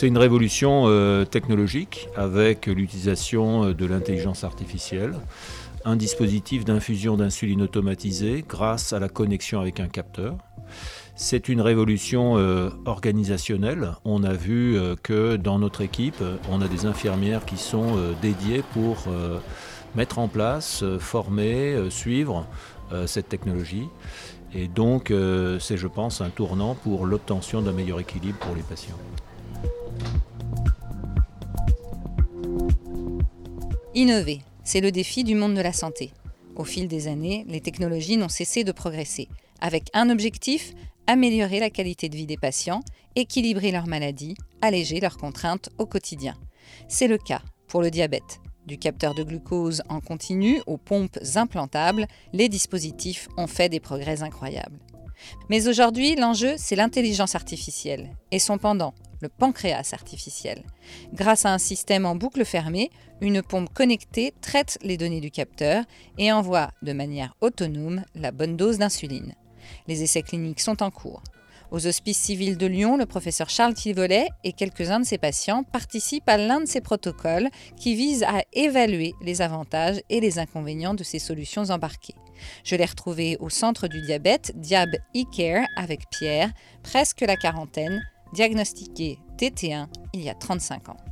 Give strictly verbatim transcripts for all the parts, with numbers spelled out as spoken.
C'est une révolution euh, technologique avec l'utilisation de l'intelligence artificielle, un dispositif d'infusion d'insuline automatisé grâce à la connexion avec un capteur. C'est une révolution euh, organisationnelle. On a vu euh, que dans notre équipe, on a des infirmières qui sont euh, dédiées pour euh, mettre en place, euh, former, euh, suivre euh, cette technologie. Et donc, euh, c'est, je pense, un tournant pour l'obtention d'un meilleur équilibre pour les patients. Innover, c'est le défi du monde de la santé. Au fil des années, les technologies n'ont cessé de progresser, avec un objectif, améliorer la qualité de vie des patients, équilibrer leurs maladies, alléger leurs contraintes au quotidien. C'est le cas pour le diabète. Du capteur de glucose en continu aux pompes implantables, les dispositifs ont fait des progrès incroyables. Mais aujourd'hui, l'enjeu, c'est l'intelligence artificielle et son pendant, le pancréas artificiel. Grâce à un système en boucle fermée, une pompe connectée traite les données du capteur et envoie de manière autonome la bonne dose d'insuline. Les essais cliniques sont en cours. Aux Hospices civils de Lyon, le professeur Charles Tivolet et quelques-uns de ses patients participent à l'un de ces protocoles qui vise à évaluer les avantages et les inconvénients de ces solutions embarquées. Je l'ai retrouvé au centre du diabète Diab eCare avec Pierre, presque la quarantaine, diagnostiqué T T un il y a trente-cinq ans.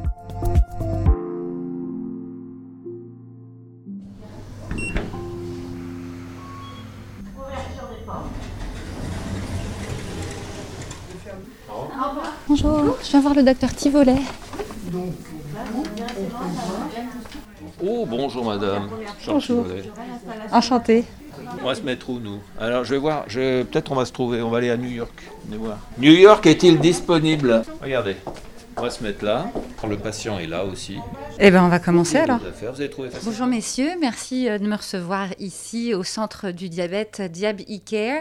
Bonjour, je viens voir le docteur Tivolet. Oh, bonjour madame. Bonjour. Enchantée. On va se mettre où, nous? Alors, je vais voir, je... peut-être on va se trouver, on va aller à New York. Venez voir. New York est-il disponible? Regardez, on va se mettre là. Le patient est là aussi. Eh bien, on va commencer alors. Vous avez trouvé facile. Bonjour messieurs, merci de me recevoir ici au centre du diabète Diab eCare.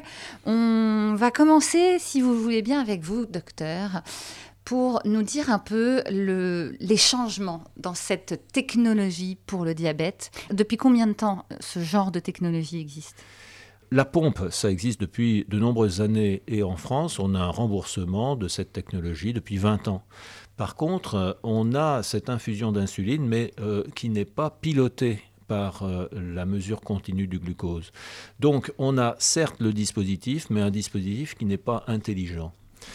On va commencer, si vous voulez bien, avec vous, docteur, pour nous dire un peu le, les changements dans cette technologie pour le diabète. Depuis combien de temps ce genre de technologie existe ? La pompe, ça existe depuis de nombreuses années et en France, on a un remboursement de cette technologie depuis vingt ans. Par contre, on a cette infusion d'insuline, mais euh, qui n'est pas pilotée par euh, la mesure continue du glucose. Donc, on a certes le dispositif, mais un dispositif qui n'est pas intelligent.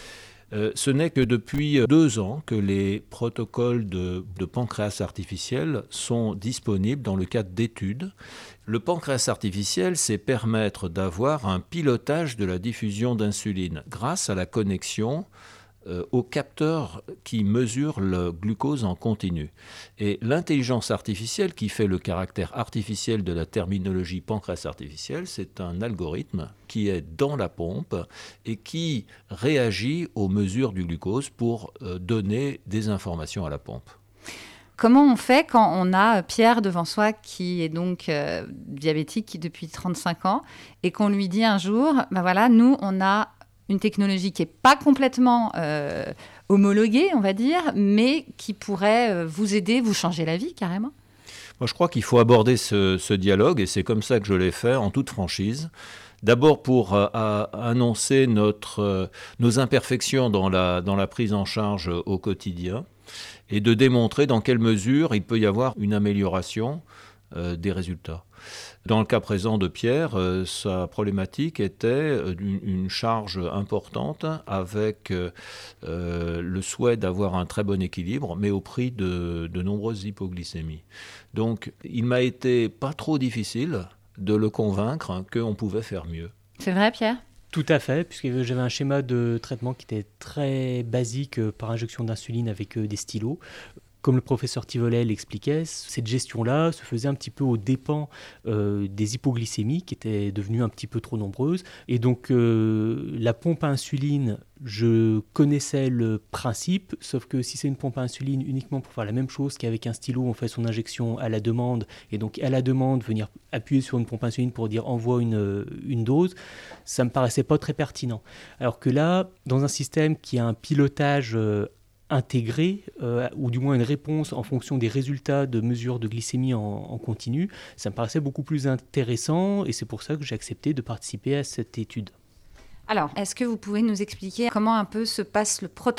Euh, ce n'est que depuis deux ans que les protocoles de, de pancréas artificiel sont disponibles dans le cadre d'études. Le pancréas artificiel, c'est permettre d'avoir un pilotage de la diffusion d'insuline grâce à la connexion euh, au capteur qui mesure le glucose en continu. Et l'intelligence artificielle qui fait le caractère artificiel de la terminologie pancréas artificiel, c'est un algorithme qui est dans la pompe et qui réagit aux mesures du glucose pour euh, donner des informations à la pompe. Comment on fait quand on a Pierre devant soi qui est donc euh, diabétique depuis trente-cinq ans et qu'on lui dit un jour, ben voilà, nous on a une technologie qui n'est pas complètement euh, homologuée, on va dire, mais qui pourrait euh, vous aider, vous changer la vie carrément ? Moi, je crois qu'il faut aborder ce, ce dialogue et c'est comme ça que je l'ai fait en toute franchise. D'abord pour euh, à, annoncer notre, euh, nos imperfections dans la, dans la prise en charge au quotidien et de démontrer dans quelle mesure il peut y avoir une amélioration euh, des résultats. Dans le cas présent de Pierre, euh, sa problématique était une, une charge importante avec euh, euh, le souhait d'avoir un très bon équilibre, mais au prix de, de nombreuses hypoglycémies. Donc, il m'a été pas trop difficile de le convaincre qu'on pouvait faire mieux. C'est vrai, Pierre ? Tout à fait, puisque j'avais un schéma de traitement qui était très basique par injection d'insuline avec des stylos. Comme le professeur Tivolet l'expliquait, cette gestion-là se faisait un petit peu aux dépens euh, des hypoglycémies qui étaient devenues un petit peu trop nombreuses. Et donc euh, la pompe à insuline, je connaissais le principe, sauf que si c'est une pompe à insuline uniquement pour faire la même chose qu'avec un stylo, on fait son injection à la demande, et donc à la demande, venir appuyer sur une pompe à insuline pour dire envoie une, une dose, ça ne me paraissait pas très pertinent. Alors que là, dans un système qui a un pilotage euh, intégré, euh, ou du moins une réponse en fonction des résultats de mesures de glycémie en, en continu, ça me paraissait beaucoup plus intéressant et c'est pour ça que j'ai accepté de participer à cette étude. Alors, est-ce que vous pouvez nous expliquer comment un peu se passe le protocole ?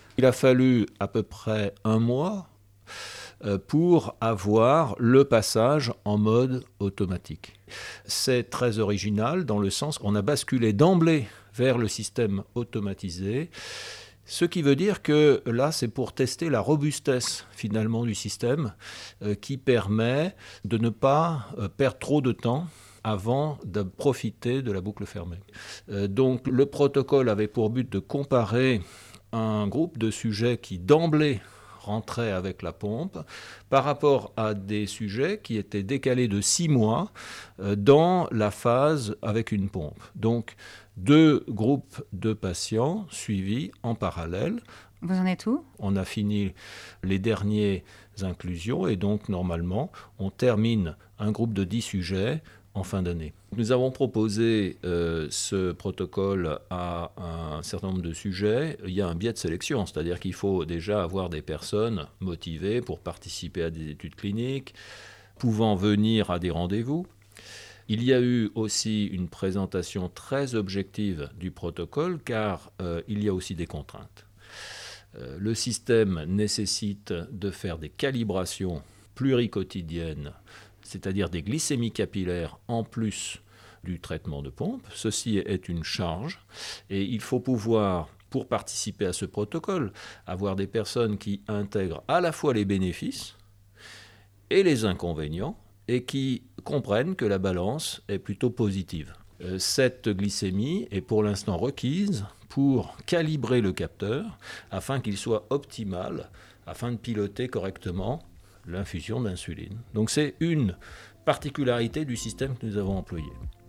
Il a fallu à peu près un mois pour avoir le passage en mode automatique. C'est très original dans le sens qu'on a basculé d'emblée vers le système automatisé, ce qui veut dire que là, c'est pour tester la robustesse finalement du système euh, qui permet de ne pas euh, perdre trop de temps avant de profiter de la boucle fermée. Euh, donc le protocole avait pour but de comparer un groupe de sujets qui d'emblée rentrait avec la pompe par rapport à des sujets qui étaient décalés de six mois euh, dans la phase avec une pompe. Donc, deux groupes de patients suivis en parallèle. Vous en êtes où ? On a fini les dernières inclusions et donc, normalement, on termine un groupe de dix sujets en fin d'année. Nous avons proposé euh, ce protocole à un certain nombre de sujets. Il y a un biais de sélection, c'est-à-dire qu'il faut déjà avoir des personnes motivées pour participer à des études cliniques, pouvant venir à des rendez-vous. Il y a eu aussi une présentation très objective du protocole, car euh, il y a aussi des contraintes. Euh, le système nécessite de faire des calibrations pluriquotidiennes, c'est-à-dire des glycémies capillaires en plus du traitement de pompe. Ceci est une charge et il faut pouvoir, pour participer à ce protocole, avoir des personnes qui intègrent à la fois les bénéfices et les inconvénients et qui comprennent que la balance est plutôt positive. Cette glycémie est pour l'instant requise pour calibrer le capteur afin qu'il soit optimal, afin de piloter correctement l'infusion d'insuline. Donc c'est une particularité du système que nous avons employé.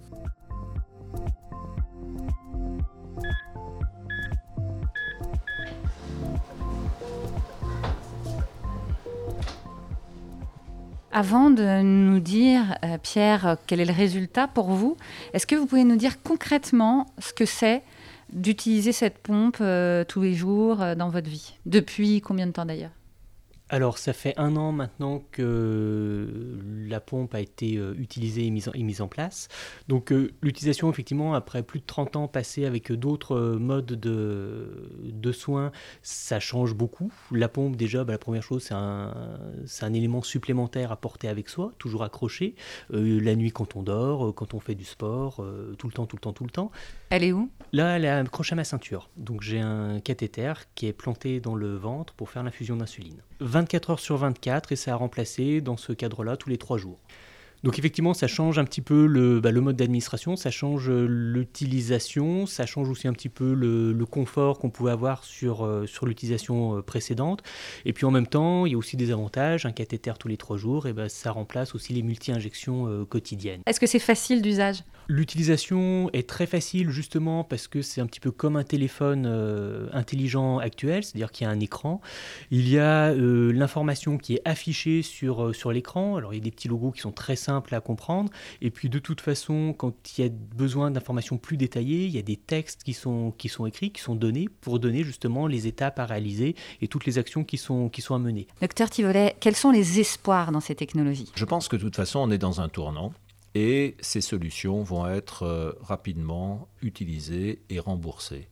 Avant de nous dire, euh, Pierre, quel est le résultat pour vous, est-ce que vous pouvez nous dire concrètement ce que c'est d'utiliser cette pompe euh, tous les jours euh, dans votre vie ? Depuis combien de temps d'ailleurs ? Alors, ça fait un an maintenant que la pompe a été euh, utilisée et mise en, et mise en place. Donc, euh, l'utilisation, effectivement, après plus de trente ans passés avec d'autres euh, modes de, de soins, ça change beaucoup. La pompe, déjà, bah, la première chose, c'est un, c'est un élément supplémentaire à porter avec soi, toujours accroché, euh, la nuit quand on dort, euh, quand on fait du sport, euh, tout le temps, tout le temps, tout le temps. Elle est où ? Là, elle est accrochée à ma ceinture. Donc, j'ai un cathéter qui est planté dans le ventre pour faire l'infusion d'insuline. vingt-quatre heures sur vingt-quatre et ça a remplacé dans ce cadre-là tous les trois jours. Donc effectivement, ça change un petit peu le, bah, le mode d'administration, ça change l'utilisation, ça change aussi un petit peu le, le confort qu'on pouvait avoir sur, euh, sur l'utilisation précédente. Et puis en même temps, il y a aussi des avantages, un cathéter tous les trois jours, et bah, ça remplace aussi les multi-injections euh, quotidiennes. Est-ce que c'est facile d'usage ? L'utilisation est très facile justement parce que c'est un petit peu comme un téléphone euh, intelligent actuel, c'est-à-dire qu'il y a un écran. Il y a euh, l'information qui est affichée sur, euh, sur l'écran. Alors il y a des petits logos qui sont très simples à comprendre. Et puis de toute façon, quand il y a besoin d'informations plus détaillées, il y a des textes qui sont, qui sont écrits, qui sont donnés pour donner justement les étapes à réaliser et toutes les actions qui sont, qui sont à mener. Docteur Thivolet, quels sont les espoirs dans ces technologies ? Je pense que de toute façon, on est dans un tournant. Et ces solutions vont être euh, rapidement utilisées et remboursées.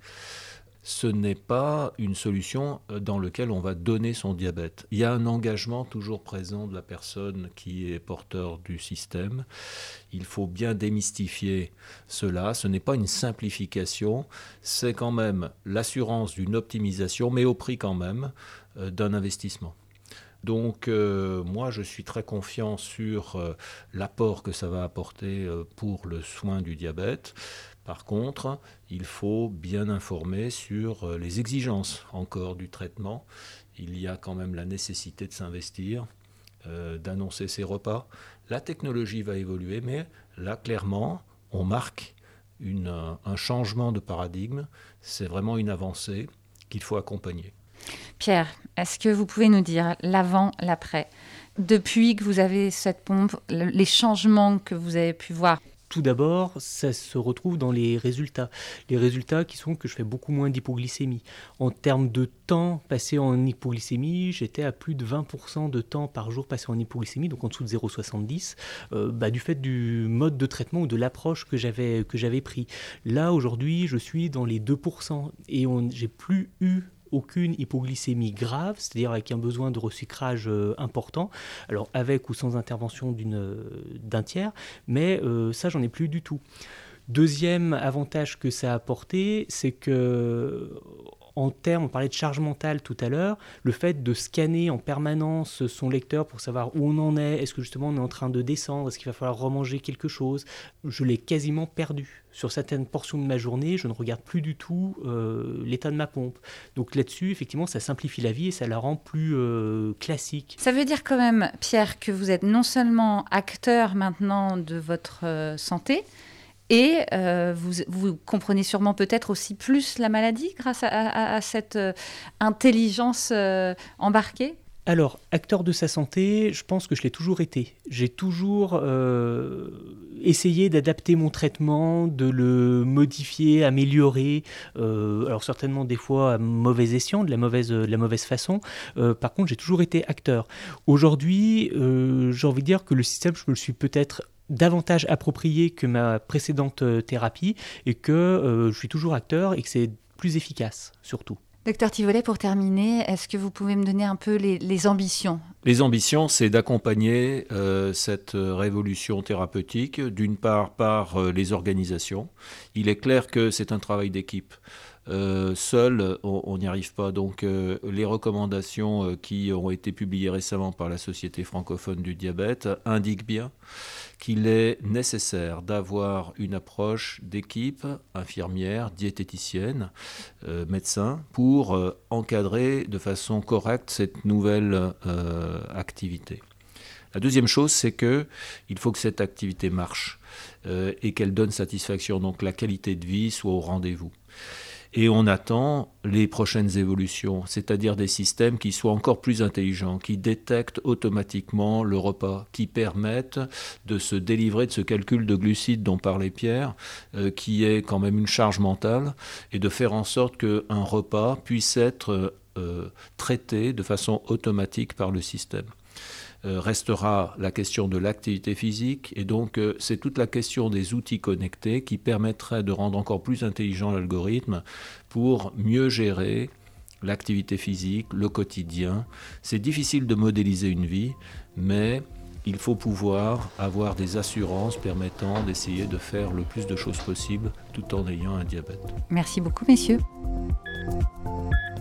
Ce n'est pas une solution dans laquelle on va donner son diabète. Il y a un engagement toujours présent de la personne qui est porteur du système. Il faut bien démystifier cela. Ce n'est pas une simplification, c'est quand même l'assurance d'une optimisation, mais au prix quand même euh, d'un investissement. Donc euh, moi je suis très confiant sur euh, l'apport que ça va apporter euh, pour le soin du diabète. Par contre, il faut bien informer sur euh, les exigences encore du traitement. Il y a quand même la nécessité de s'investir, euh, d'annoncer ses repas. La technologie va évoluer, mais là clairement on marque une, un changement de paradigme. C'est vraiment une avancée qu'il faut accompagner. Pierre, est-ce que vous pouvez nous dire l'avant, l'après ? Depuis que vous avez cette pompe, les changements que vous avez pu voir ? Tout d'abord, ça se retrouve dans les résultats. Les résultats qui sont que je fais beaucoup moins d'hypoglycémie. En termes de temps passé en hypoglycémie, j'étais à plus de vingt pour cent de temps par jour passé en hypoglycémie, donc en dessous de zéro virgule soixante-dix, euh, bah, du fait du mode de traitement ou de l'approche que j'avais, que j'avais pris. Là, aujourd'hui, je suis dans les deux pour cent et on, j'ai plus eu aucune hypoglycémie grave, c'est-à-dire avec un besoin de resucrage euh, important, alors avec ou sans intervention d'une, euh, d'un tiers, mais euh, ça, j'en ai plus du tout. Deuxième avantage que ça a apporté, c'est que, en termes, on parlait de charge mentale tout à l'heure, le fait de scanner en permanence son lecteur pour savoir où on en est, est-ce que justement on est en train de descendre, est-ce qu'il va falloir remanger quelque chose, je l'ai quasiment perdu. Sur certaines portions de ma journée, je ne regarde plus du tout euh, l'état de ma pompe. Donc là-dessus, effectivement, ça simplifie la vie et ça la rend plus euh, classique. Ça veut dire quand même, Pierre, que vous êtes non seulement acteur maintenant de votre euh, santé, et euh, vous, vous comprenez sûrement peut-être aussi plus la maladie grâce à, à, à cette euh, intelligence euh, embarquée ? Alors, acteur de sa santé, je pense que je l'ai toujours été. J'ai toujours euh, essayé d'adapter mon traitement, de le modifier, améliorer. Euh, alors certainement des fois à mauvais escient, de la mauvaise, de la mauvaise façon. Euh, par contre, j'ai toujours été acteur. Aujourd'hui, euh, j'ai envie de dire que le système, je me le suis peut-être davantage approprié que ma précédente thérapie et que euh, je suis toujours acteur et que c'est plus efficace, surtout. Docteur Thivolet, pour terminer, est-ce que vous pouvez me donner un peu les, les ambitions ? Les ambitions, c'est d'accompagner euh, cette révolution thérapeutique, d'une part par euh, les organisations. Il est clair que c'est un travail d'équipe. Euh, seul, on n'y arrive pas. Donc, euh, les recommandations euh, qui ont été publiées récemment par la Société francophone du diabète indiquent bien qu'il est nécessaire d'avoir une approche d'équipe, infirmière, diététicienne, euh, médecin, pour euh, encadrer de façon correcte cette nouvelle euh, activité. La deuxième chose, c'est qu'il faut que cette activité marche euh, et qu'elle donne satisfaction, donc la qualité de vie soit au rendez-vous. Et on attend les prochaines évolutions, c'est-à-dire des systèmes qui soient encore plus intelligents, qui détectent automatiquement le repas, qui permettent de se délivrer de ce calcul de glucides dont parlait Pierre, euh, qui est quand même une charge mentale, et de faire en sorte qu'un repas puisse être euh, traité de façon automatique par le système. Euh, restera la question de l'activité physique et donc euh, c'est toute la question des outils connectés qui permettraient de rendre encore plus intelligent l'algorithme pour mieux gérer l'activité physique, le quotidien. C'est difficile de modéliser une vie, mais il faut pouvoir avoir des assurances permettant d'essayer de faire le plus de choses possible tout en ayant un diabète. Merci beaucoup, messieurs.